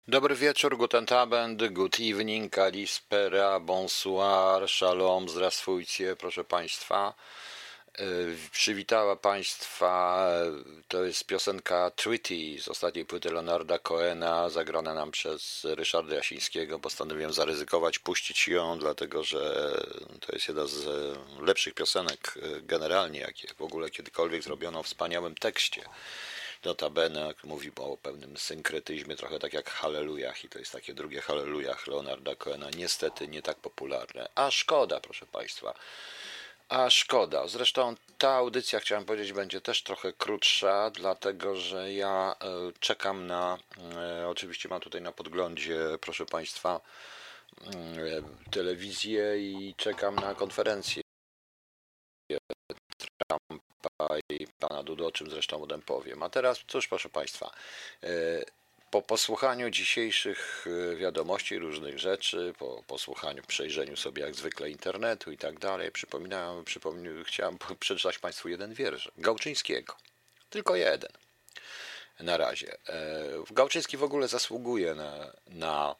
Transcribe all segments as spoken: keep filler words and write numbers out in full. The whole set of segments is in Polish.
Dobry wieczór, guten Abend, good evening, kalispera, bonsoir, shalom, zdrastwujcie, proszę Państwa. E, Przywitała Państwa, e, to jest piosenka Treaty z ostatniej płyty Leonarda Cohena, zagrana nam przez Ryszarda Jasińskiego. Postanowiłem zaryzykować, puścić ją, dlatego że to jest jedna z lepszych piosenek e, generalnie, jakie w ogóle kiedykolwiek zrobiono w wspaniałym tekście. Notabene mówi o pewnym synkretyzmie, trochę tak jak Hallelujah, i to jest takie drugie Hallelujah Leonarda Cohena, niestety nie tak popularne. A szkoda, proszę Państwa, a szkoda. Zresztą ta audycja, chciałem powiedzieć, będzie też trochę krótsza, dlatego że ja e, czekam na, e, oczywiście mam tutaj na podglądzie, proszę Państwa, e, telewizję i czekam na konferencję Trumpa i pana Dudy, o czym zresztą potem powiem. A teraz, cóż, proszę Państwa, e, po posłuchaniu dzisiejszych e, wiadomości, różnych rzeczy, po posłuchaniu, przejrzeniu sobie jak zwykle internetu i tak dalej, przypominałem, przypomnę, chciałem przeczytać Państwu jeden wiersz Gałczyńskiego. Tylko jeden na razie. E, Gałczyński w ogóle zasługuje na, na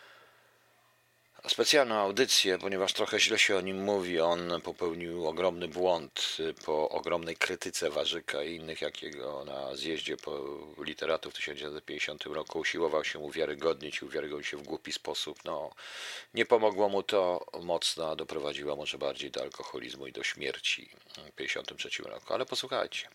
specjalną audycję, ponieważ trochę źle się o nim mówi. On popełnił ogromny błąd po ogromnej krytyce Warzyka i innych, jakiego na zjeździe po literatów w tysiąc dziewięćset pięćdziesiątym roku usiłował się uwiarygodnić i uwiarygodnić się w głupi sposób. No, nie pomogło mu to mocno, a doprowadziło może bardziej do alkoholizmu i do śmierci w tysiąc dziewięćset pięćdziesiątym trzecim roku. Ale posłuchajcie,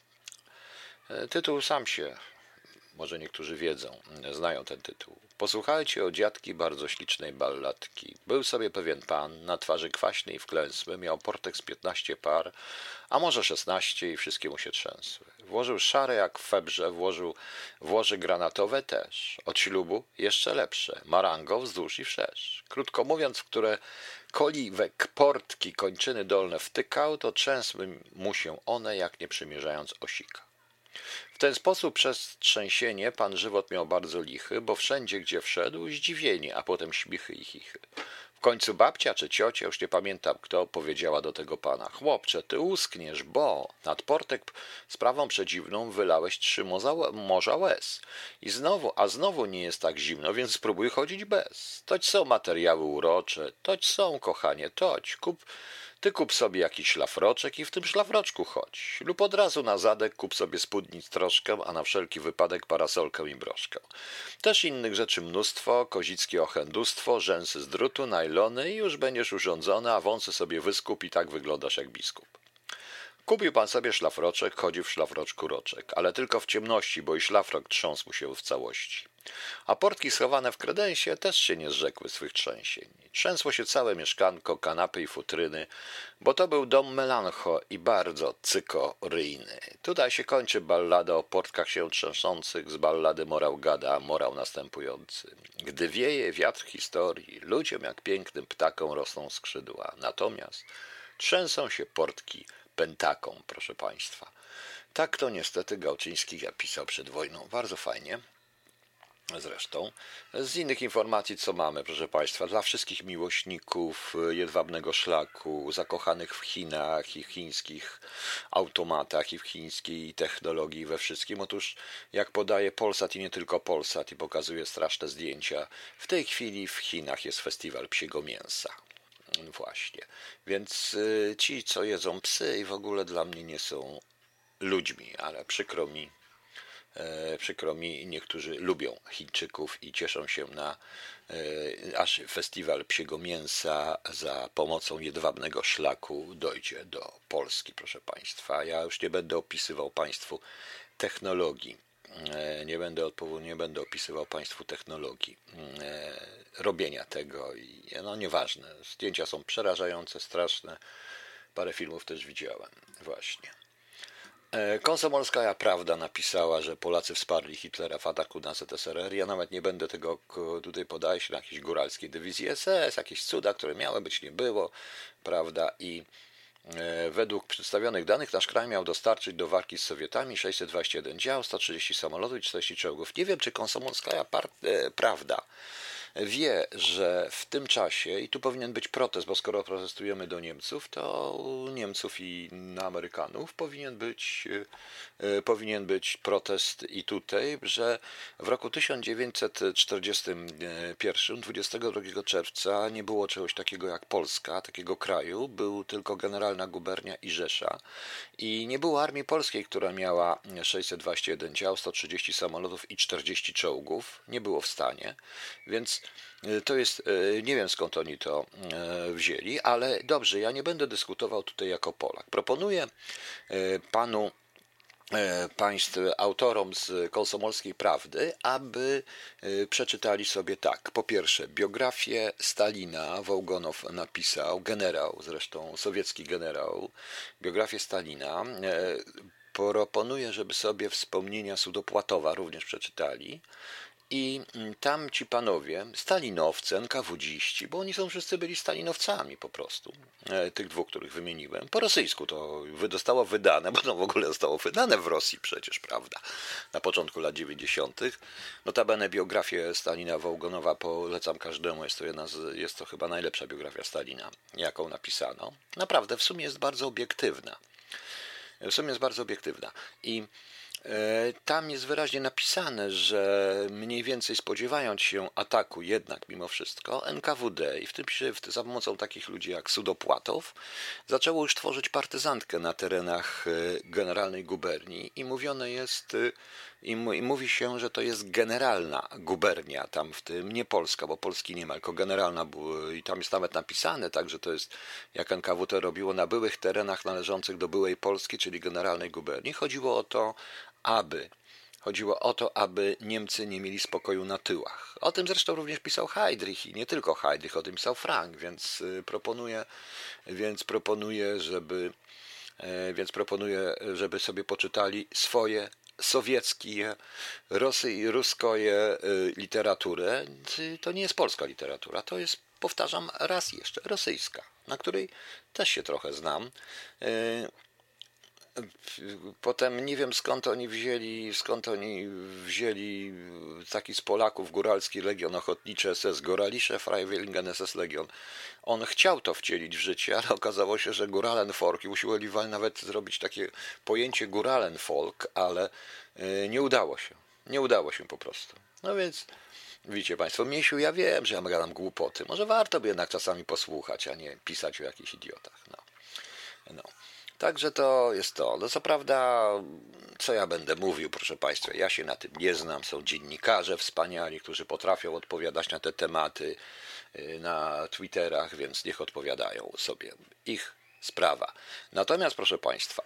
tytuł sam się, może niektórzy wiedzą, znają ten tytuł. Posłuchajcie o dziadki bardzo ślicznej balladki. Był sobie pewien pan, na twarzy kwaśnej i wklęsły, miał portek z piętnaście par, a może szesnaście i wszystkie mu się trzęsły. Włożył szare jak w febrze, włożył włoży granatowe też. Od ślubu jeszcze lepsze, marango wzdłuż i wszerz. Krótko mówiąc, w które koliwek portki kończyny dolne wtykał, to trzęsły mu się one, jak nie przymierzając osika. W ten sposób przez trzęsienie pan żywot miał bardzo lichy, bo wszędzie, gdzie wszedł, zdziwienie, a potem śmichy i chichy. W końcu babcia czy ciocia, już nie pamiętam kto, powiedziała do tego pana: chłopcze, ty uskniesz, bo nad portek sprawą przedziwną wylałeś trzy morza łez. I znowu, a znowu nie jest tak zimno, więc spróbuj chodzić bez. Toć są materiały urocze, toć są, kochanie, toć, kup... Ty kup sobie jakiś szlafroczek i w tym szlafroczku chodź. Lub od razu na zadek kup sobie spódnic troszkę, a na wszelki wypadek parasolkę i broszkę. Też innych rzeczy mnóstwo, kozickie ochendustwo, rzęsy z drutu, najlony i już będziesz urządzony, a wąsy sobie wyskup i tak wyglądasz jak biskup. Kupił pan sobie szlafroczek, chodził w szlafroczku roczek, ale tylko w ciemności, bo i szlafrok trząsł mu się w całości. A portki schowane w kredensie też się nie zrzekły swych trzęsień. Trzęsło się całe mieszkanko, kanapy i futryny, bo to był dom melancho i bardzo cykoryjny. Tutaj się kończy ballada o portkach się trzęsących, z ballady morał gada, morał następujący. Gdy wieje wiatr historii, ludziom jak pięknym ptakom rosną skrzydła, natomiast trzęsą się portki pentaką, proszę Państwa. Tak to niestety Gałczyński pisał przed wojną. Bardzo fajnie. Zresztą z innych informacji, co mamy, proszę Państwa, dla wszystkich miłośników jedwabnego szlaku, zakochanych w Chinach i chińskich automatach i w chińskiej technologii we wszystkim. Otóż, jak podaje Polsat i nie tylko Polsat i pokazuje straszne zdjęcia, w tej chwili w Chinach jest festiwal psiego mięsa. Właśnie. Więc ci, co jedzą psy i w ogóle dla mnie nie są ludźmi, ale przykro mi, e, przykro mi, niektórzy lubią Chińczyków i cieszą się na e, aż festiwal psiego mięsa za pomocą jedwabnego szlaku dojdzie do Polski, proszę Państwa. Ja już nie będę opisywał Państwu technologii. Nie będę, nie będę opisywał Państwu technologii e, robienia tego i no nieważne. Zdjęcia są przerażające, straszne. Parę filmów też widziałem. Właśnie. E, Komsomolskaja Prawda napisała, że Polacy wsparli Hitlera w ataku na Z S R R. Ja nawet nie będę tego tutaj podawać na jakiejś góralskiej dywizji S S, jakieś cuda, które miały być, nie było, prawda, i według przedstawionych danych nasz kraj miał dostarczyć do walki z Sowietami sześćset dwadzieścia jeden dział, sto trzydzieści samolotów i czterdzieści czołgów. Nie wiem, czy Komsomolskaja Prawda wie, że w tym czasie, i tu powinien być protest, bo skoro protestujemy do Niemców, to Niemców i na Amerykanów powinien być, powinien być protest i tutaj, że w roku tysiąc dziewięćset czterdziestym pierwszym, dwudziestego drugiego czerwca nie było czegoś takiego jak Polska, takiego kraju, był tylko Generalna Gubernia i Rzesza i nie było armii polskiej, która miała sześćset dwadzieścia jeden dział, sto trzydzieści samolotów i czterdzieści czołgów, nie było w stanie, więc to jest, nie wiem skąd oni to wzięli, ale dobrze, ja nie będę dyskutował tutaj jako Polak. Proponuję panu państw, autorom z Komsomolskiej Prawdy, aby przeczytali sobie tak. Po pierwsze, biografię Stalina Wołgonow napisał, generał, zresztą sowiecki generał, biografię Stalina. Proponuję, żeby sobie wspomnienia Sudopłatowa również przeczytali. I tam ci panowie, stalinowcy, enkawudziści, bo oni są wszyscy byli stalinowcami po prostu, tych dwóch, których wymieniłem. Po rosyjsku to zostało wydane, bo to w ogóle zostało wydane w Rosji przecież, prawda, na początku lat dziewięćdziesiątych. Notabene biografię Stalina Wołgonowa polecam każdemu, jest to, jedna z, jest to chyba najlepsza biografia Stalina, jaką napisano. Naprawdę, w sumie jest bardzo obiektywna. W sumie jest bardzo obiektywna. I tam jest wyraźnie napisane, że mniej więcej spodziewając się ataku jednak mimo wszystko N K W D i w tym za pomocą takich ludzi jak Sudopłatow zaczęło już tworzyć partyzantkę na terenach Generalnej Guberni i mówione jest i mówi się, że to jest generalna gubernia tam w tym, nie Polska, bo Polski nie ma, tylko generalna i tam jest nawet napisane tak, że to jest jak N K W D robiło na byłych terenach należących do byłej Polski, czyli Generalnej Guberni. Chodziło o to, aby Chodziło o to, aby Niemcy nie mieli spokoju na tyłach. O tym zresztą również pisał Heydrich i nie tylko Heydrich, o tym pisał Frank, więc proponuję, więc proponuję, żeby, więc proponuję, żeby sobie poczytali swoje sowieckie, rosy, ruskoje literaturę. To nie jest polska literatura, to jest, powtarzam raz jeszcze, rosyjska, na której też się trochę znam. Potem nie wiem skąd oni wzięli, skąd oni wzięli taki z Polaków Góralski Legion Ochotniczy S S Goralische Freiwilligen S S Legion. On chciał to wcielić w życie, ale okazało się, że Guralenfolk i usiłowali nawet zrobić takie pojęcie Guralenfolk, ale nie udało się. Nie udało się po prostu. No więc widzicie Państwo, Miesiu, ja wiem, że ja gadam głupoty. Może warto by jednak czasami posłuchać, a nie pisać o jakichś idiotach. No. No. Także to jest to. No co prawda, co ja będę mówił, proszę Państwa, ja się na tym nie znam. Są dziennikarze wspaniali, którzy potrafią odpowiadać na te tematy na Twitterach, więc niech odpowiadają sobie. Ich sprawa. Natomiast, proszę Państwa,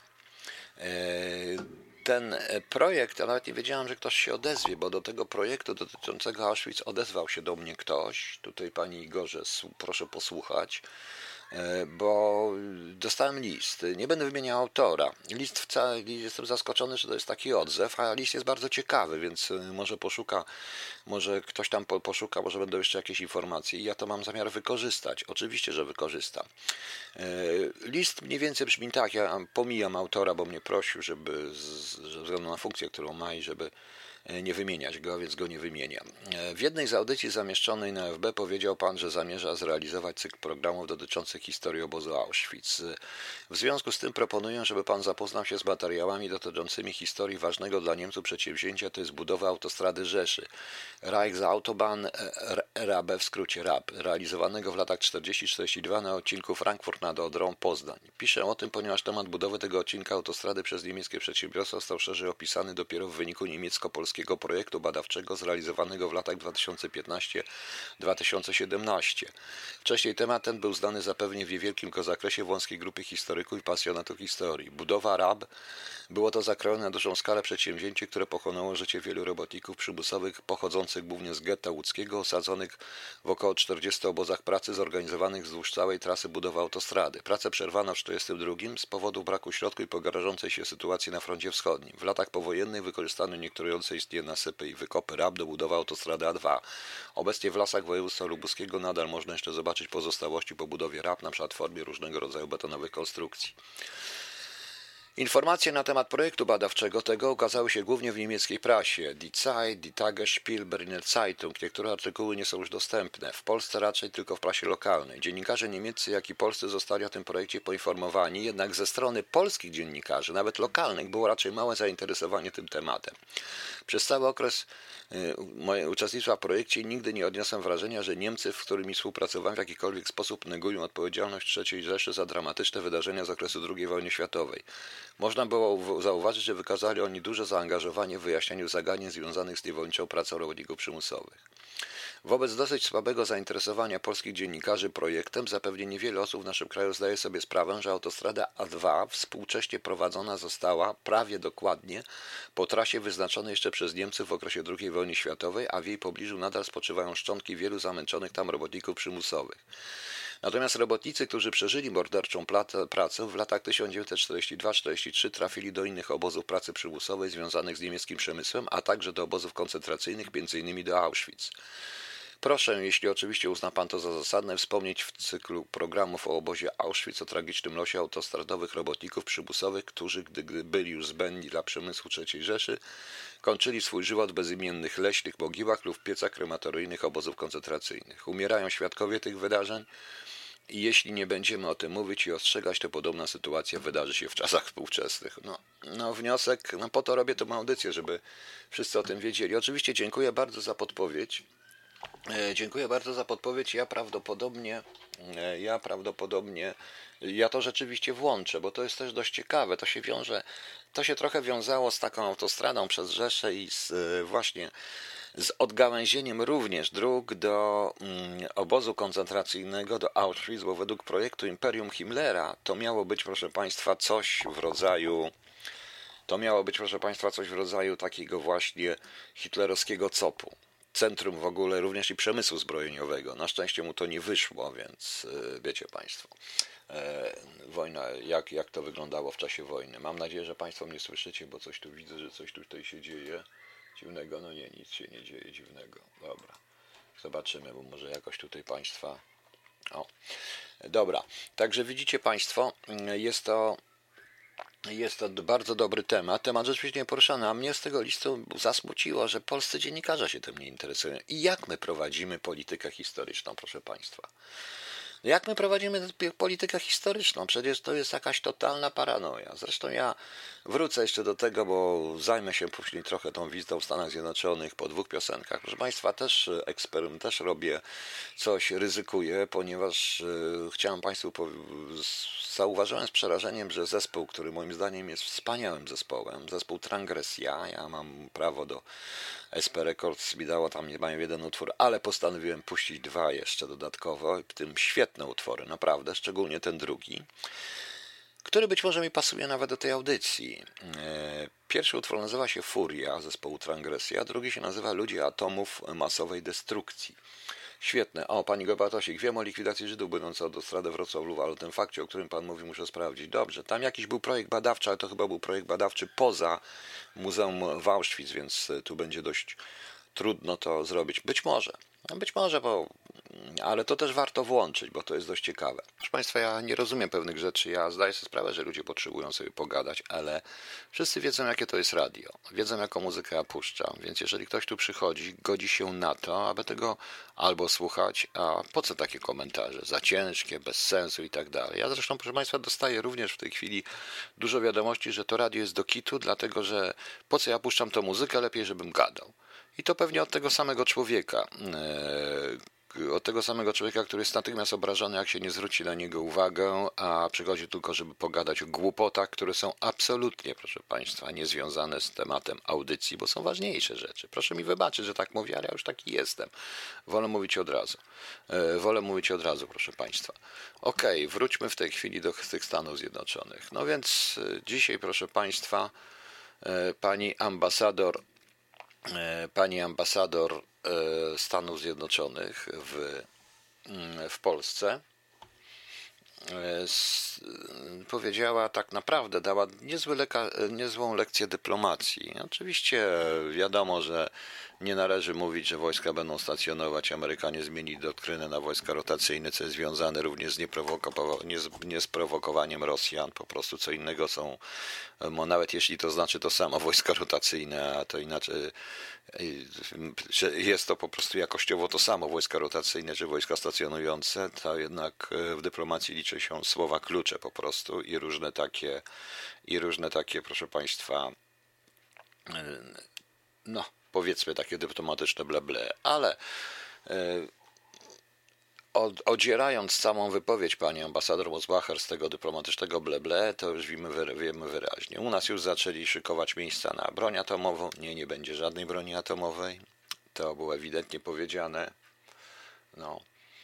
ten projekt, ja nawet nie wiedziałem, że ktoś się odezwie, bo do tego projektu dotyczącego Auschwitz odezwał się do mnie ktoś. Tutaj Pani Igorze, proszę posłuchać. Bo dostałem list, nie będę wymieniał autora, list wcale, jestem zaskoczony, że to jest taki odzew, a list jest bardzo ciekawy, więc może poszuka, może ktoś tam poszuka, może będą jeszcze jakieś informacje i ja to mam zamiar wykorzystać, oczywiście, że wykorzystam. List mniej więcej brzmi tak, ja pomijam autora, bo mnie prosił, żeby ze względu na funkcję, którą ma i żeby nie wymieniać go, więc go nie wymieniam. W jednej z audycji zamieszczonej na F B powiedział Pan, że zamierza zrealizować cykl programów dotyczących historii obozu Auschwitz. W związku z tym proponuję, żeby Pan zapoznał się z materiałami dotyczącymi historii ważnego dla Niemców przedsięwzięcia, to jest budowa autostrady Rzeszy. Reichsautobahn R A B, w skrócie R A B, realizowanego w latach czterdziestym czterdzieści dwa na odcinku Frankfurt nad Odrą, Poznań. Piszę o tym, ponieważ temat budowy tego odcinka autostrady przez niemieckie przedsiębiorstwo został szerzej opisany dopiero w wyniku niemiecko-polskiego projektu badawczego zrealizowanego w latach dwa tysiące piętnastym do dwa tysiące siedemnastego. Wcześniej temat ten był znany zapewne w niewielkim zakresie wąskiej grupy historyków i pasjonatów historii. Budowa R A B było to zakrojone na dużą skalę przedsięwzięcie, które pochłonęło życie wielu robotników przymusowych pochodzących głównie z getta łódzkiego, osadzonych w około czterdziestu obozach pracy zorganizowanych wzdłuż całej trasy budowy autostrady. Pracę przerwano w czterdziestym drugim z powodu braku środków i pogarszającej się sytuacji na froncie wschodnim. W latach powojennych wykorzystano niektóre istniejące nasypy i wykopy R A B do budowy autostrady A dwa. Obecnie w lasach województwa lubuskiego nadal można jeszcze zobaczyć pozostałości po budowie R A B, na przykład w formie różnego rodzaju betonowych konstrukcji. Informacje na temat projektu badawczego tego ukazały się głównie w niemieckiej prasie. Die Zeit, Die Tagesspiegel, Berliner Zeitung. Niektóre artykuły nie są już dostępne. W Polsce raczej tylko w prasie lokalnej. Dziennikarze niemieccy, jak i polscy zostali o tym projekcie poinformowani, jednak ze strony polskich dziennikarzy, nawet lokalnych, było raczej małe zainteresowanie tym tematem. Przez cały okres mojego uczestnictwa w projekcie nigdy nie odniosłem wrażenia, że Niemcy, w którymi współpracowałem, w jakikolwiek sposób negują odpowiedzialność trzeciej Rzeszy za dramatyczne wydarzenia z okresu drugiej wojny światowej. Można było zauważyć, że wykazali oni duże zaangażowanie w wyjaśnianiu zagadnień związanych z niewolniczą pracą robotników przymusowych. Wobec dosyć słabego zainteresowania polskich dziennikarzy projektem, zapewne niewiele osób w naszym kraju zdaje sobie sprawę, że autostrada A dwa współcześnie prowadzona została prawie dokładnie po trasie wyznaczonej jeszcze przez Niemców w okresie drugiej wojny światowej, a w jej pobliżu nadal spoczywają szczątki wielu zamęczonych tam robotników przymusowych. Natomiast robotnicy, którzy przeżyli morderczą pracę w latach tysiąc dziewięćset czterdziesty drugi do czterdziesty trzeciego trafili do innych obozów pracy przymusowej związanych z niemieckim przemysłem, a także do obozów koncentracyjnych, między innymi do Auschwitz. Proszę, jeśli oczywiście uzna Pan to za zasadne, wspomnieć w cyklu programów o obozie Auschwitz o tragicznym losie autostradowych robotników przymusowych, którzy, gdy byli już zbędni dla przemysłu trzeciej Rzeszy, kończyli swój żywot w bezimiennych leśnych mogiłach lub w piecach krematoryjnych obozów koncentracyjnych. Umierają świadkowie tych wydarzeń i jeśli nie będziemy o tym mówić i ostrzegać, to podobna sytuacja wydarzy się w czasach współczesnych. No, no wniosek, no po to robię tę audycję, żeby wszyscy o tym wiedzieli. Oczywiście dziękuję bardzo za podpowiedź. Dziękuję bardzo za podpowiedź. Ja prawdopodobnie, ja prawdopodobnie, ja to rzeczywiście włączę, bo to jest też dość ciekawe. To się wiąże, to się trochę wiązało z taką autostradą przez Rzeszę i z właśnie z odgałęzieniem również dróg do mm, obozu koncentracyjnego, do Auschwitz, bo według projektu Imperium Himmlera to miało być, proszę Państwa, coś w rodzaju to miało być, proszę Państwa, coś w rodzaju takiego właśnie hitlerowskiego copu. Centrum w ogóle również i przemysłu zbrojeniowego. Na szczęście mu to nie wyszło, więc wiecie Państwo, wojna, jak, jak to wyglądało w czasie wojny. Mam nadzieję, że Państwo mnie słyszycie, bo coś tu widzę, że coś tutaj się dzieje dziwnego. No nie, nic się nie dzieje dziwnego. Dobra, zobaczymy, bo może jakoś tutaj Państwa... O, dobra, także widzicie Państwo, jest to Jest to bardzo dobry temat, temat rzeczywiście poruszany, a mnie z tego listu zasmuciło, że polscy dziennikarze się tym nie interesują. I jak my prowadzimy politykę historyczną, proszę Państwa? Jak my prowadzimy politykę historyczną? Przecież to jest jakaś totalna paranoja. Zresztą ja wrócę jeszcze do tego, bo zajmę się później trochę tą wizytą w Stanach Zjednoczonych po dwóch piosenkach. Proszę Państwa, też eksperyment, też robię coś, ryzykuję, ponieważ e, chciałem Państwu powiedzieć, zauważyłem z przerażeniem, że zespół, który moim zdaniem jest wspaniałym zespołem, zespół Transgresja, ja mam prawo do S P Records, mi dało tam, nie mają jeden utwór, ale postanowiłem puścić dwa jeszcze dodatkowo, w tym świetne utwory, naprawdę, szczególnie ten drugi, który być może mi pasuje nawet do tej audycji. Pierwszy utwór nazywa się Furia zespołu Transgresja, drugi się nazywa Ludzie atomów masowej destrukcji. Świetne. O, pani Gobatosik, wiem o likwidacji Żydów będącej autostradę Wrocław-Lwów, ale o tym fakcie, o którym pan mówi, muszę sprawdzić. Dobrze, tam jakiś był projekt badawczy, ale to chyba był projekt badawczy poza Muzeum w Auschwitz, więc tu będzie dość trudno to zrobić. Być może, być może, bo... ale to też warto włączyć, bo to jest dość ciekawe. Proszę Państwa, ja nie rozumiem pewnych rzeczy, ja zdaję sobie sprawę, że ludzie potrzebują sobie pogadać, ale wszyscy wiedzą, jakie to jest radio, wiedzą, jaką muzykę ja puszczam, więc jeżeli ktoś tu przychodzi, godzi się na to, aby tego albo słuchać, a po co takie komentarze, za ciężkie, bez sensu i tak dalej. Ja zresztą, proszę Państwa, dostaję również w tej chwili dużo wiadomości, że to radio jest do kitu, dlatego że po co ja puszczam tą muzykę, lepiej, żebym gadał. I to pewnie od tego samego człowieka, od tego samego człowieka, który jest natychmiast obrażony, jak się nie zwróci na niego uwagę, a przychodzi tylko, żeby pogadać o głupotach, które są absolutnie, proszę Państwa, niezwiązane z tematem audycji, bo są ważniejsze rzeczy. Proszę mi wybaczyć, że tak mówię, ale ja już taki jestem. Wolę mówić od razu. Wolę mówić od razu, proszę Państwa. Okej, okay, wróćmy w tej chwili do tych Stanów Zjednoczonych. No więc dzisiaj, proszę Państwa, pani ambasador Pani ambasador Stanów Zjednoczonych w, w Polsce powiedziała, tak naprawdę dała niezły leka, niezłą lekcję dyplomacji. Oczywiście wiadomo, że Nie należy mówić, że wojska będą stacjonować. Amerykanie zmienili doktrynę na wojska rotacyjne, co jest związane również z nieprowokowa- nie z, niesprowokowaniem Rosjan. Po prostu co innego są, no, nawet jeśli to znaczy to samo wojska rotacyjne, a to inaczej, że jest to po prostu jakościowo to samo wojska rotacyjne czy wojska stacjonujące, to jednak w dyplomacji liczy się słowa klucze po prostu i różne takie, i różne takie, proszę Państwa, no powiedzmy takie dyplomatyczne bleble, ale od, odzierając całą wypowiedź pani ambasador Mosbacher z tego dyplomatycznego bleble, to już wiemy, wiemy wyraźnie. U nas już zaczęli szykować miejsca na broń atomową. Nie, nie będzie żadnej broni atomowej. To było ewidentnie powiedziane. No.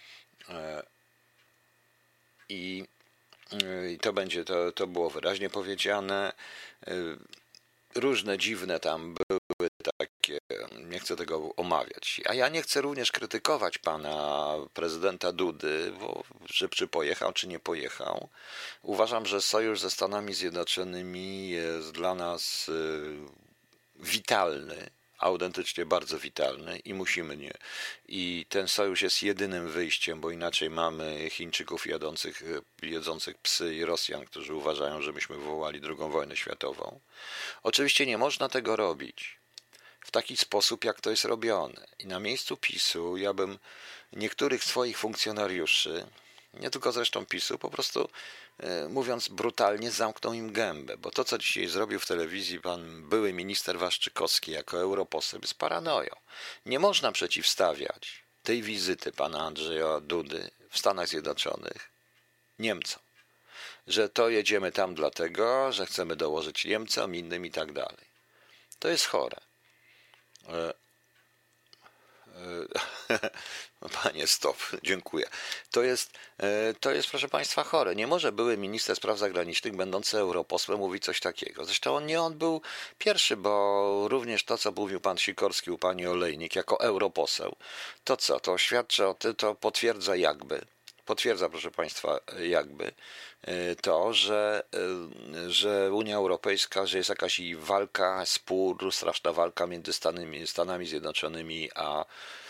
I, i to będzie, to, to było wyraźnie powiedziane. Różne dziwne tam były takie, nie chcę tego omawiać. A ja nie chcę również krytykować pana prezydenta Dudy, bo, że czy pojechał, czy nie pojechał. Uważam, że sojusz ze Stanami Zjednoczonymi jest dla nas witalny, autentycznie bardzo witalny i musimy nie. I ten sojusz jest jedynym wyjściem, bo inaczej mamy Chińczyków jadących, jedzących psy i Rosjan, którzy uważają, że myśmy wywołali drugą wojnę światową. Oczywiście nie można tego robić w taki sposób, jak to jest robione. I na miejscu PiSu ja bym niektórych swoich funkcjonariuszy, nie tylko zresztą PiSu, po prostu mówiąc brutalnie, zamknął im gębę, bo to, co dzisiaj zrobił w telewizji pan były minister Waszczykowski jako europoseł, jest paranoją. Nie można przeciwstawiać tej wizyty pana Andrzeja Dudy w Stanach Zjednoczonych Niemcom, że to jedziemy tam dlatego, że chcemy dołożyć Niemcom, innym i tak dalej. To jest chore. Panie, stop, dziękuję. To jest, to jest, proszę Państwa, chore. Nie może były minister spraw zagranicznych, będący europosłem, mówić coś takiego. Zresztą on nie on był pierwszy, bo również to, co mówił pan Sikorski u pani Olejnik jako europoseł, to co, to świadczy o tym, to potwierdza jakby, potwierdza, proszę Państwa, jakby to, że, że Unia Europejska, że jest jakaś walka, spór, straszna walka między Stanami, Stanami Zjednoczonymi a,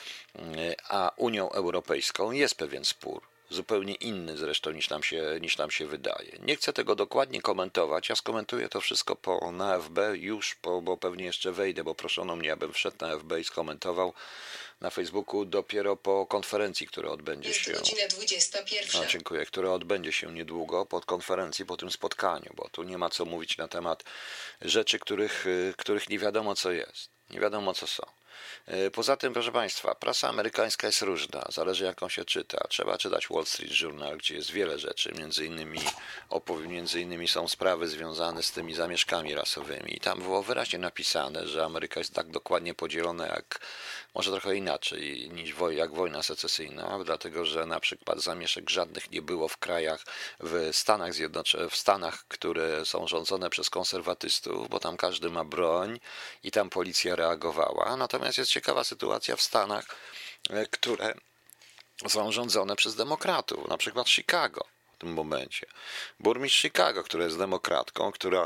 a Unią Europejską. Jest pewien spór, zupełnie inny zresztą niż nam się, niż nam się wydaje. Nie chcę tego dokładnie komentować, ja skomentuję to wszystko po, na F B już, po, bo pewnie jeszcze wejdę, bo proszono mnie, abym wszedł na F B i skomentował na Facebooku dopiero po konferencji, która odbędzie Jest się. godzina dwudziesta pierwsza. No, dziękuję, która odbędzie się niedługo po konferencji, po tym spotkaniu, bo tu nie ma co mówić na temat rzeczy, których, których nie wiadomo co jest, nie wiadomo co są. Poza tym, proszę Państwa, prasa amerykańska jest różna, zależy jaką się czyta. Trzeba czytać Wall Street Journal, gdzie jest wiele rzeczy, między innymi, opow- między innymi są sprawy związane z tymi zamieszkami rasowymi. I tam było wyraźnie napisane, że Ameryka jest tak dokładnie podzielona jak, może trochę inaczej niż woj- jak wojna secesyjna, dlatego że na przykład zamieszek żadnych nie było w krajach, w Stanach Zjednoczonych, w Stanach, które są rządzone przez konserwatystów, bo tam każdy ma broń i tam policja reagowała. Natomiast jest ciekawa sytuacja w Stanach, które są rządzone przez demokratów, na przykład Chicago w tym momencie. Burmistrz Chicago, która jest demokratką, która,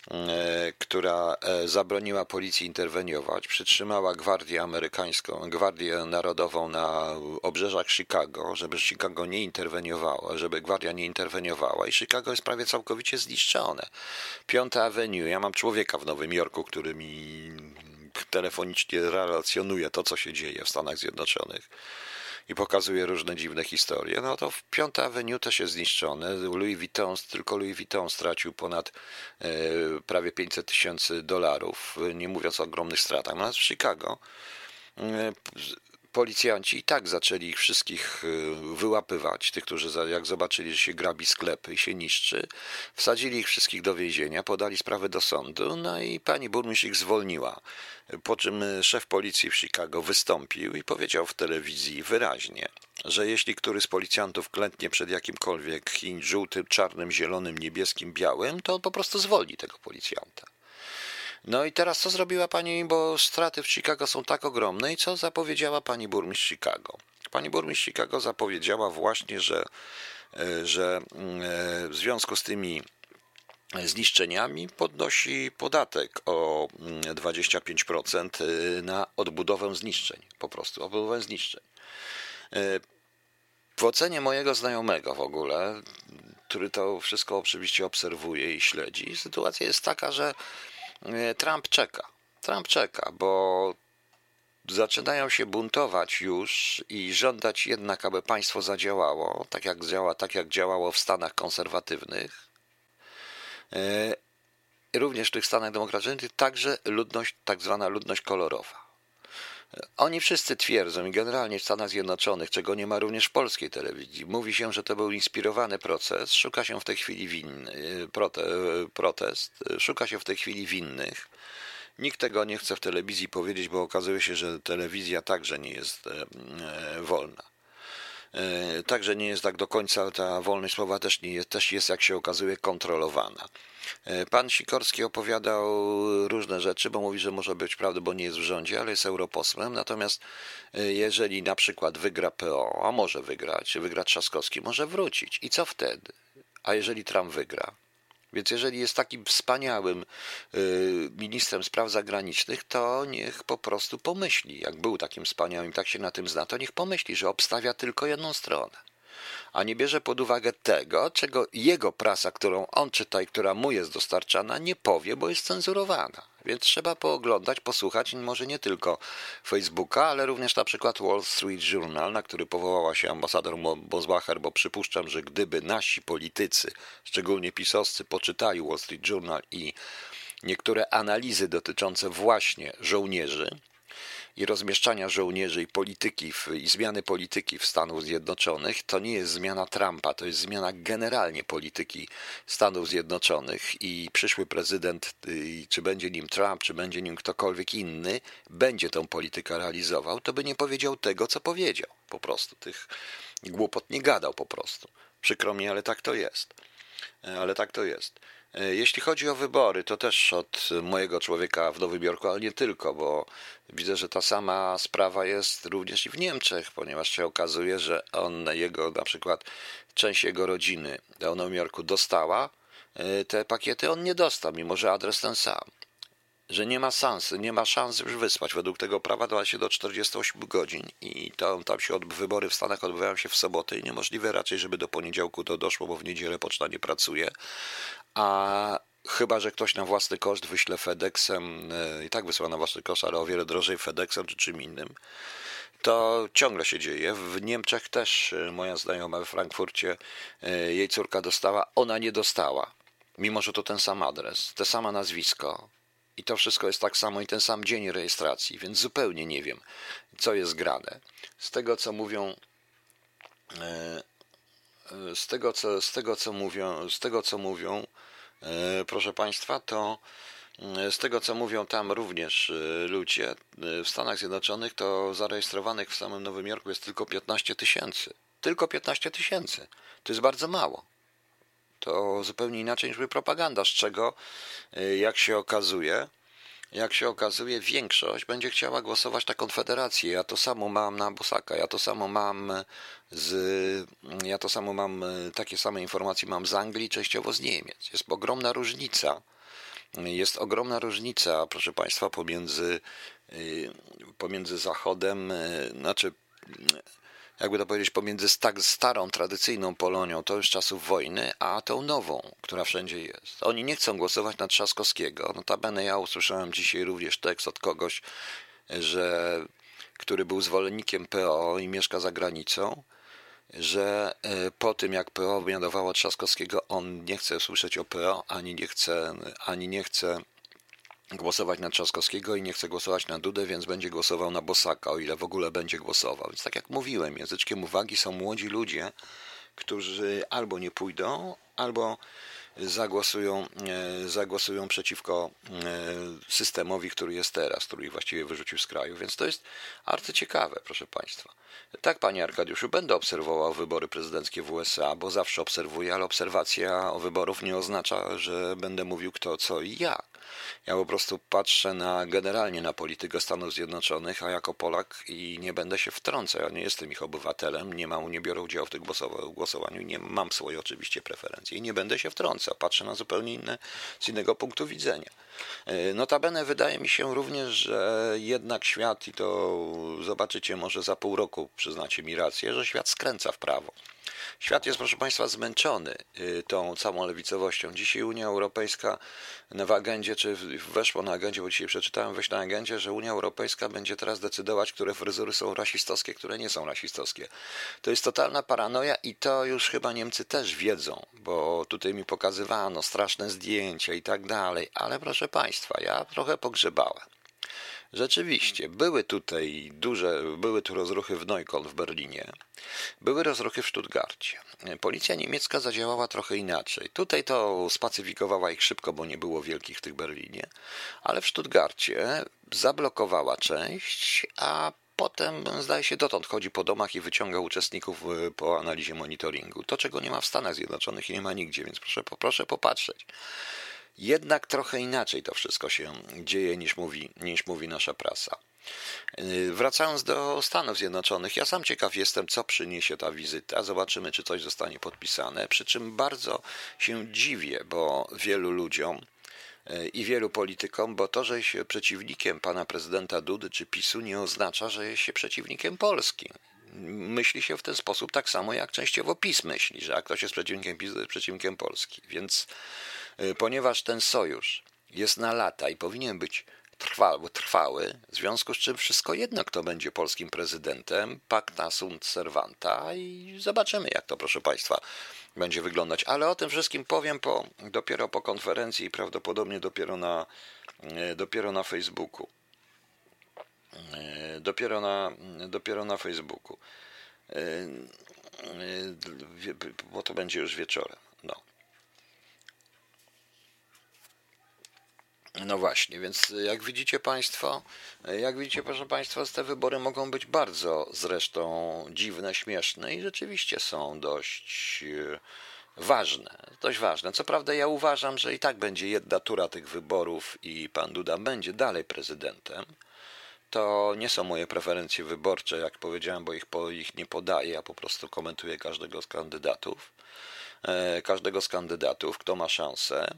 która zabroniła policji interweniować, przytrzymała Gwardię Amerykańską, Gwardię Narodową na obrzeżach Chicago, żeby Chicago nie interweniowało, żeby Gwardia nie interweniowała i Chicago jest prawie całkowicie zniszczone. Piąta Avenue, ja mam człowieka w Nowym Jorku, który mi telefonicznie relacjonuje to, co się dzieje w Stanach Zjednoczonych i pokazuje różne dziwne historie, no to w Piąta Avenue też jest zniszczone. Louis Vuitton, tylko Louis Vuitton stracił ponad e, prawie pięćset tysięcy dolarów, nie mówiąc o ogromnych stratach. Natomiast w Chicago e, policjanci i tak zaczęli ich wszystkich wyłapywać, tych, którzy jak zobaczyli, że się grabi sklepy i się niszczy, wsadzili ich wszystkich do więzienia, podali sprawę do sądu, no i pani burmistrz ich zwolniła. Po czym szef policji w Chicago wystąpił i powiedział w telewizji wyraźnie, że jeśli któryś z policjantów klęknie przed jakimkolwiek Chin żółtym, czarnym, zielonym, niebieskim, białym, to on po prostu zwolni tego policjanta. No i teraz co zrobiła pani, bo straty w Chicago są tak ogromne i co zapowiedziała pani burmistrz Chicago? Pani burmistrz Chicago zapowiedziała właśnie, że, że w związku z tymi zniszczeniami, podnosi podatek o dwadzieścia pięć procent na odbudowę zniszczeń, po prostu odbudowę zniszczeń. W ocenie mojego znajomego w ogóle, który to wszystko oczywiście obserwuje i śledzi, sytuacja jest taka, że Trump czeka. Trump czeka, bo zaczynają się buntować już i żądać jednak, aby państwo zadziałało, tak jak działa, tak jak działało w Stanach konserwatywnych. Również w tych Stanach demokratycznych, także ludność, tak zwana ludność kolorowa. Oni wszyscy twierdzą i generalnie w Stanach Zjednoczonych, czego nie ma również w polskiej telewizji, mówi się, że to był inspirowany proces, szuka się w tej chwili winny, prote, protest, szuka się w tej chwili winnych. Nikt tego nie chce w telewizji powiedzieć, bo okazuje się, że telewizja także nie jest wolna. Także nie jest tak do końca, ta wolność słowa też, nie jest, też jest, jak się okazuje, kontrolowana. Pan Sikorski opowiadał różne rzeczy, bo mówi, że może być prawda, bo nie jest w rządzie, ale jest europosłem. Natomiast jeżeli na przykład wygra P O, a może wygrać, czy wygra Trzaskowski, może wrócić. I co wtedy? A jeżeli Trump wygra? Więc jeżeli jest takim wspaniałym ministrem spraw zagranicznych, to niech po prostu pomyśli, jak był takim wspaniałym, tak się na tym zna, to niech pomyśli, że obstawia tylko jedną stronę, a nie bierze pod uwagę tego, czego jego prasa, którą on czyta i która mu jest dostarczana, nie powie, bo jest cenzurowana. Więc trzeba pooglądać, posłuchać może nie tylko Facebooka, ale również na przykład Wall Street Journal, na który powołała się ambasador Mosbacher, bo przypuszczam, że gdyby nasi politycy, szczególnie pisowscy, poczytali Wall Street Journal i niektóre analizy dotyczące właśnie żołnierzy i rozmieszczania żołnierzy i polityki w, i zmiany polityki w Stanach Zjednoczonych, to nie jest zmiana Trumpa, to jest zmiana generalnie polityki Stanów Zjednoczonych i przyszły prezydent, czy będzie nim Trump, czy będzie nim ktokolwiek inny, będzie tą politykę realizował, to by nie powiedział tego, co powiedział. Po prostu tych głupot nie gadał po prostu. Przykro mi, ale tak to jest. Ale tak to jest. Jeśli chodzi o wybory, to też od mojego człowieka w Nowym Jorku, ale nie tylko, bo widzę, że ta sama sprawa jest również i w Niemczech, ponieważ się okazuje, że on, jego na przykład część jego rodziny w Nowym Jorku dostała te pakiety, on nie dostał, mimo że adres ten sam. Że nie ma szans, nie ma szans już wysłać. Według tego prawa da się do czterdziestu ośmiu godzin i to, tam się od, wybory w Stanach odbywają się w sobotę i niemożliwe raczej, żeby do poniedziałku to doszło, bo w niedzielę poczta nie pracuje. A chyba że ktoś na własny koszt wyśle FedExem, i tak wysyła na własny koszt, ale o wiele drożej FedExem czy czym innym, to ciągle się dzieje. W Niemczech też moja znajoma we Frankfurcie, jej córka dostała, ona nie dostała, mimo że to ten sam adres, te samo nazwisko. I to wszystko jest tak samo i ten sam dzień rejestracji, więc zupełnie nie wiem, co jest grane. Z tego, co mówią, z tego, co, z tego, co mówią, z tego, co mówią, proszę Państwa, to z tego, co mówią tam również ludzie w Stanach Zjednoczonych, to zarejestrowanych w samym Nowym Jorku jest tylko piętnaście tysięcy. Tylko piętnaście tysięcy. To jest bardzo mało. To zupełnie inaczej niż propaganda, z czego, jak się okazuje, jak się okazuje, większość będzie chciała głosować na Konfederację. Ja to samo mam na Bosaka, ja to samo mam z, ja to samo mam, takie same informacje mam z Anglii, częściowo z Niemiec. Jest ogromna różnica. Jest ogromna różnica, proszę Państwa, pomiędzy, pomiędzy Zachodem, znaczy, jakby to powiedzieć, pomiędzy tak starą, tradycyjną Polonią, to już czasów wojny, a tą nową, która wszędzie jest. Oni nie chcą głosować na Trzaskowskiego. Notabene ja usłyszałem dzisiaj również tekst od kogoś, że, który był zwolennikiem P O i mieszka za granicą, że po tym, jak P O mianowało Trzaskowskiego, on nie chce słyszeć o P O, ani nie chce, ani nie chce głosować na Trzaskowskiego i nie chce głosować na Dudę, więc będzie głosował na Bosaka, o ile w ogóle będzie głosował. Więc tak jak mówiłem, języczkiem uwagi są młodzi ludzie, którzy albo nie pójdą, albo zagłosują, zagłosują przeciwko systemowi, który jest teraz, który ich właściwie wyrzucił z kraju. Więc to jest arcyciekawe, proszę Państwa. Tak, Panie Arkadiuszu, będę obserwował wybory prezydenckie w U S A, bo zawsze obserwuję, ale obserwacja wyborów nie oznacza, że będę mówił kto, co i jak. Ja po prostu patrzę na, generalnie na politykę Stanów Zjednoczonych, a jako Polak i nie będę się wtrącał. Ja nie jestem ich obywatelem, nie mam, nie biorę udziału w tym głosowaniu, nie mam swoje oczywiście preferencje i nie będę się wtrącał. co, patrzę na zupełnie inne, z innego punktu widzenia. Notabene wydaje mi się również, że jednak świat, i to zobaczycie może za pół roku, przyznacie mi rację, że świat skręca w prawo. Świat jest, proszę Państwa, zmęczony tą całą lewicowością. Dzisiaj Unia Europejska w agendzie, czy weszło na agendzie, bo dzisiaj przeczytałem, wejść na agendzie, że Unia Europejska będzie teraz decydować, które fryzury są rasistowskie, które nie są rasistowskie. To jest totalna paranoja i to już chyba Niemcy też wiedzą, bo tutaj mi pokazywano straszne zdjęcia i tak dalej, ale proszę Państwa, ja trochę pogrzebałem. Rzeczywiście, były tutaj duże, były tu rozruchy w Neukölln w Berlinie, były rozruchy w Stuttgarcie. Policja niemiecka zadziałała trochę inaczej. Tutaj to spacyfikowała ich szybko, bo nie było wielkich w tych Berlinie, ale w Stuttgarcie zablokowała część, a potem, zdaje się, dotąd chodzi po domach i wyciąga uczestników po analizie monitoringu. To, czego nie ma w Stanach Zjednoczonych i nie ma nigdzie, więc proszę, proszę popatrzeć. Jednak trochę inaczej to wszystko się dzieje niż mówi, niż mówi nasza prasa. Wracając do Stanów Zjednoczonych, ja sam ciekaw jestem, co przyniesie ta wizyta. Zobaczymy, czy coś zostanie podpisane. Przy czym bardzo się dziwię, bo wielu ludziom i wielu politykom, bo to, że jest się przeciwnikiem pana prezydenta Dudy czy PiSu, nie oznacza, że jest się przeciwnikiem Polski. Myśli się w ten sposób tak samo, jak częściowo PiS myśli, że jak ktoś jest przeciwnikiem PiS, to jest przeciwnikiem Polski. Więc ponieważ ten sojusz jest na lata i powinien być trwały, trwały, w związku z czym wszystko jedno, kto będzie polskim prezydentem, pacta sunt servanta i zobaczymy, jak to, proszę Państwa, będzie wyglądać. Ale o tym wszystkim powiem po, dopiero po konferencji i prawdopodobnie dopiero na, dopiero na Facebooku. Dopiero na, dopiero na Facebooku. Bo to będzie już wieczorem. No. No właśnie, więc jak widzicie Państwo, jak widzicie, proszę Państwa, te wybory mogą być bardzo zresztą dziwne, śmieszne i rzeczywiście są dość ważne, dość ważne. Co prawda ja uważam, że i tak będzie jedna tura tych wyborów i pan Duda będzie dalej prezydentem. To nie są moje preferencje wyborcze, jak powiedziałem, bo ich, po, ich nie podaję, ja po prostu komentuję każdego z kandydatów. Każdego z kandydatów, kto ma szansę.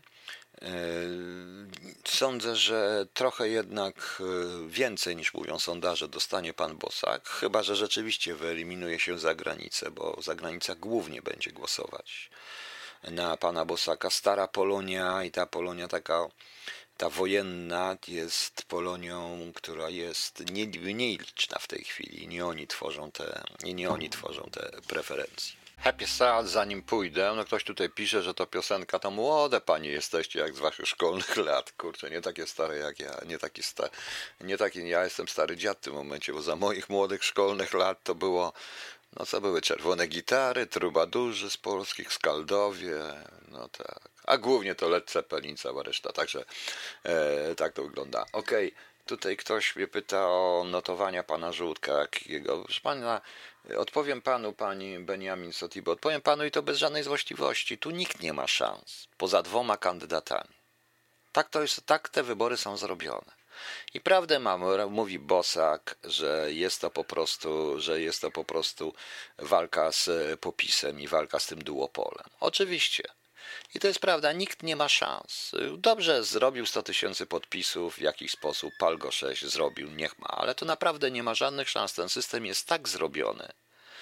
Sądzę, że trochę jednak więcej niż mówią sondaże dostanie pan Bosak, chyba że rzeczywiście wyeliminuje się za granicę, bo zagranica głównie będzie głosować na pana Bosaka. Stara Polonia i ta Polonia taka, ta wojenna jest Polonią, która jest nie, mniej liczna w tej chwili. Nie oni tworzą te, nie, nie oni tworzą te preferencje. Happy Sad, zanim pójdę, no ktoś tutaj pisze, że to piosenka, to młode panie jesteście jak z waszych szkolnych lat, kurczę, nie takie stare jak ja, nie taki stary, nie taki, ja jestem stary dziad w tym momencie, bo za moich młodych szkolnych lat to było, no co były, czerwone gitary, trubadurzy z polskich, Skaldowie, no tak, a głównie to Led Zeppelin, cała reszta, także e, tak to wygląda. Okej. Okay. Tutaj ktoś mnie pyta o notowania pana Żółtka, jakiego, proszę pana, odpowiem panu, pani Benjamin Sotibo, odpowiem panu i to bez żadnej złośliwości. Tu nikt nie ma szans, poza dwoma kandydatami. Tak to jest, tak te wybory są zrobione. I prawdę mam, mówi Bosak, że jest to po prostu, że jest to po prostu walka z popisem i walka z tym duopolem. Oczywiście. I to jest prawda, nikt nie ma szans. Dobrze, zrobił sto tysięcy podpisów w jakiś sposób, Palgo sześć zrobił, niech ma, ale to naprawdę nie ma żadnych szans. Ten system jest tak zrobiony,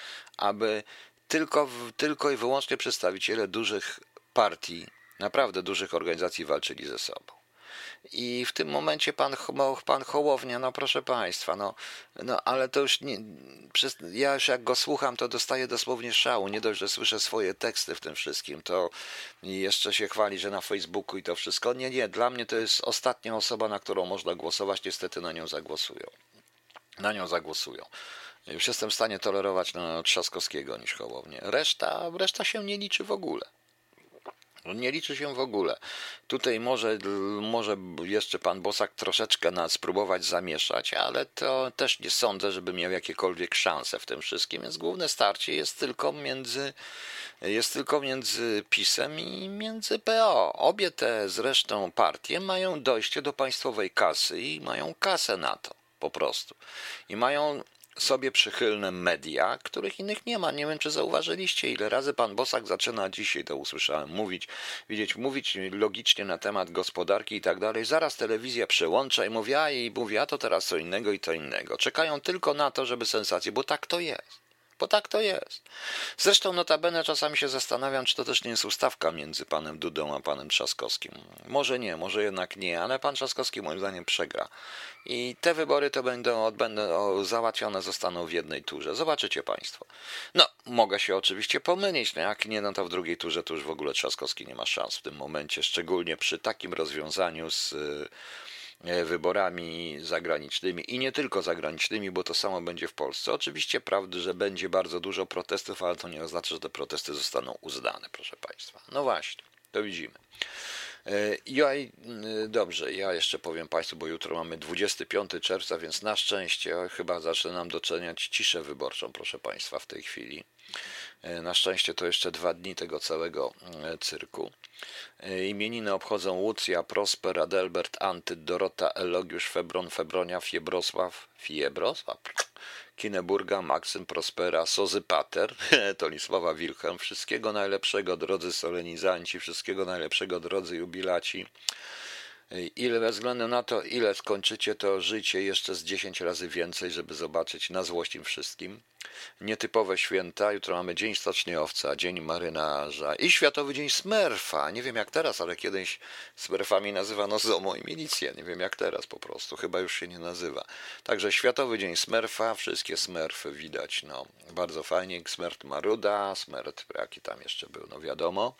aby tylko, tylko i wyłącznie przedstawiciele dużych partii, naprawdę dużych organizacji walczyli ze sobą. I w tym momencie pan, pan Hołownia, no proszę państwa, no, no ale to już nie, przez, ja już jak go słucham, to dostaję dosłownie szału, nie dość, że słyszę swoje teksty w tym wszystkim, to jeszcze się chwali, że na Facebooku i to wszystko, nie, nie, dla mnie to jest ostatnia osoba, na którą można głosować, niestety na nią zagłosują, na nią zagłosują. Już jestem w stanie tolerować no, Trzaskowskiego niż Hołownię, reszta, reszta się nie liczy w ogóle. Nie liczy się w ogóle. Tutaj może, może jeszcze pan Bosak troszeczkę nas spróbować zamieszać, ale to też nie sądzę, żeby miał jakiekolwiek szanse w tym wszystkim, więc główne starcie jest tylko między, jest tylko między PiS-em i między P O. Obie te zresztą partie mają dojście do państwowej kasy i mają kasę na to po prostu. I mają sobie przychylne media, których innych nie ma. Nie wiem, czy zauważyliście, ile razy pan Bosak zaczyna, dzisiaj to usłyszałem, mówić, widzieć, mówić logicznie na temat gospodarki i tak dalej. Zaraz telewizja przełącza i mówi, a i mówi, a to teraz co innego i to innego. Czekają tylko na to, żeby sensację, bo tak to jest. Bo tak to jest. Zresztą notabene czasami się zastanawiam, czy to też nie jest ustawka między panem Dudą a panem Trzaskowskim. Może nie, może jednak nie, ale pan Trzaskowski moim zdaniem przegra. I te wybory to będą, odbędą, załatwione zostaną w jednej turze. Zobaczycie państwo. No, mogę się oczywiście pomylić. No jak nie, no to w drugiej turze to już w ogóle Trzaskowski nie ma szans w tym momencie, szczególnie przy takim rozwiązaniu z wyborami zagranicznymi i nie tylko zagranicznymi, bo to samo będzie w Polsce. Oczywiście prawda, że będzie bardzo dużo protestów, ale to nie oznacza, że te protesty zostaną uznane, proszę państwa. No właśnie, to widzimy. Ja, dobrze, ja jeszcze powiem państwu, bo jutro mamy dwudziestego piątego czerwca, więc na szczęście chyba zacznę nam doceniać ciszę wyborczą, proszę państwa, w tej chwili. Na szczęście to jeszcze dwa dni tego całego cyrku. Imieniny obchodzą Łucja, Prosper, Adelbert, Antyt, Dorota, Elogiusz, Febron, Febronia, Fiebrosław, Fiebrosław, Kineburga, Maksym, Prospera, Sozypater, Tonisława Wilhelm. Wszystkiego najlepszego, drodzy solenizanci, wszystkiego najlepszego, drodzy jubilaci. Ile bez względu na to, ile skończycie to życie, jeszcze z dziesięć razy więcej, żeby zobaczyć na złość im wszystkim. Nietypowe święta. Jutro mamy Dzień Stoczniowca, Dzień Marynarza i Światowy Dzień Smerfa. Nie wiem jak teraz, ale kiedyś Smerfami nazywano ZOMO i milicję. Nie wiem jak teraz po prostu. Chyba już się nie nazywa. Także Światowy Dzień Smerfa. Wszystkie Smerfy widać. No, bardzo fajnie. Smert Maruda, Smert jaki tam jeszcze był, no wiadomo.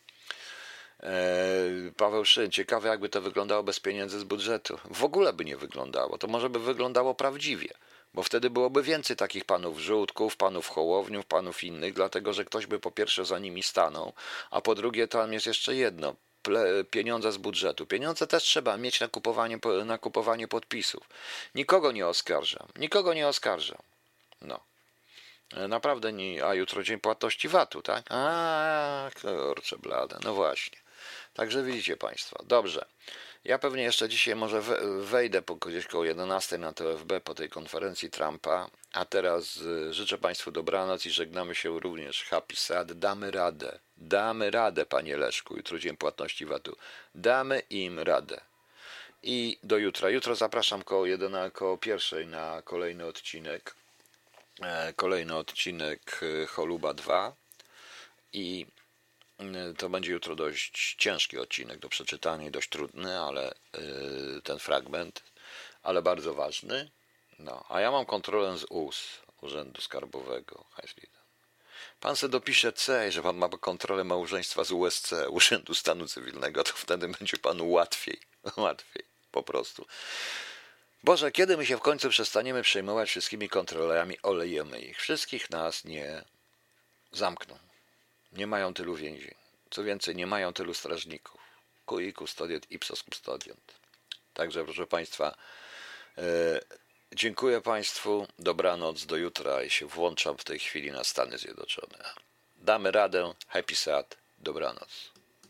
Paweł Szyn, ciekawe jakby to wyglądało bez pieniędzy z budżetu. W ogóle by nie wyglądało, to może by wyglądało prawdziwie, bo wtedy byłoby więcej takich panów Żółtków, panów Hołowniów, panów innych, dlatego że ktoś by po pierwsze za nimi stanął, a po drugie tam jest jeszcze jedno, pieniądze z budżetu. Pieniądze też trzeba mieć na kupowanie, na kupowanie podpisów. Nikogo nie oskarżam, nikogo nie oskarżam. No. Naprawdę nie, a jutro dzień płatności vatu, tak? A, kurczę blade, no właśnie. Także widzicie państwo. Dobrze. Ja pewnie jeszcze dzisiaj może wejdę po gdzieś koło jedenastej na T F B po tej konferencji Trumpa, a teraz życzę państwu dobranoc i żegnamy się również. Happy Sad, damy radę. Damy radę, panie Leszku. Jutro dzień płatności vatu. Damy im radę. I do jutra. Jutro zapraszam koło jedenastej, koło pierwszej na kolejny odcinek. Kolejny odcinek Choluba dwa i to będzie jutro dość ciężki odcinek do przeczytania i dość trudny, ale ten fragment, ale bardzo ważny. No, a ja mam kontrolę z U S, Urzędu Skarbowego. Pan se dopisze C, że pan ma kontrolę małżeństwa z U S C, Urzędu Stanu Cywilnego, to wtedy będzie panu łatwiej, łatwiej po prostu. Boże, kiedy my się w końcu przestaniemy przejmować wszystkimi kontrolami, olejemy ich. Wszystkich nas nie zamkną. Nie mają tylu więzień. Co więcej, nie mają tylu strażników. Cui custodiet ipsos custodiant. Także proszę państwa, e, dziękuję państwu. Dobranoc, do jutra i się włączam w tej chwili na Stany Zjednoczone. Damy radę. Happy Sad. Dobranoc.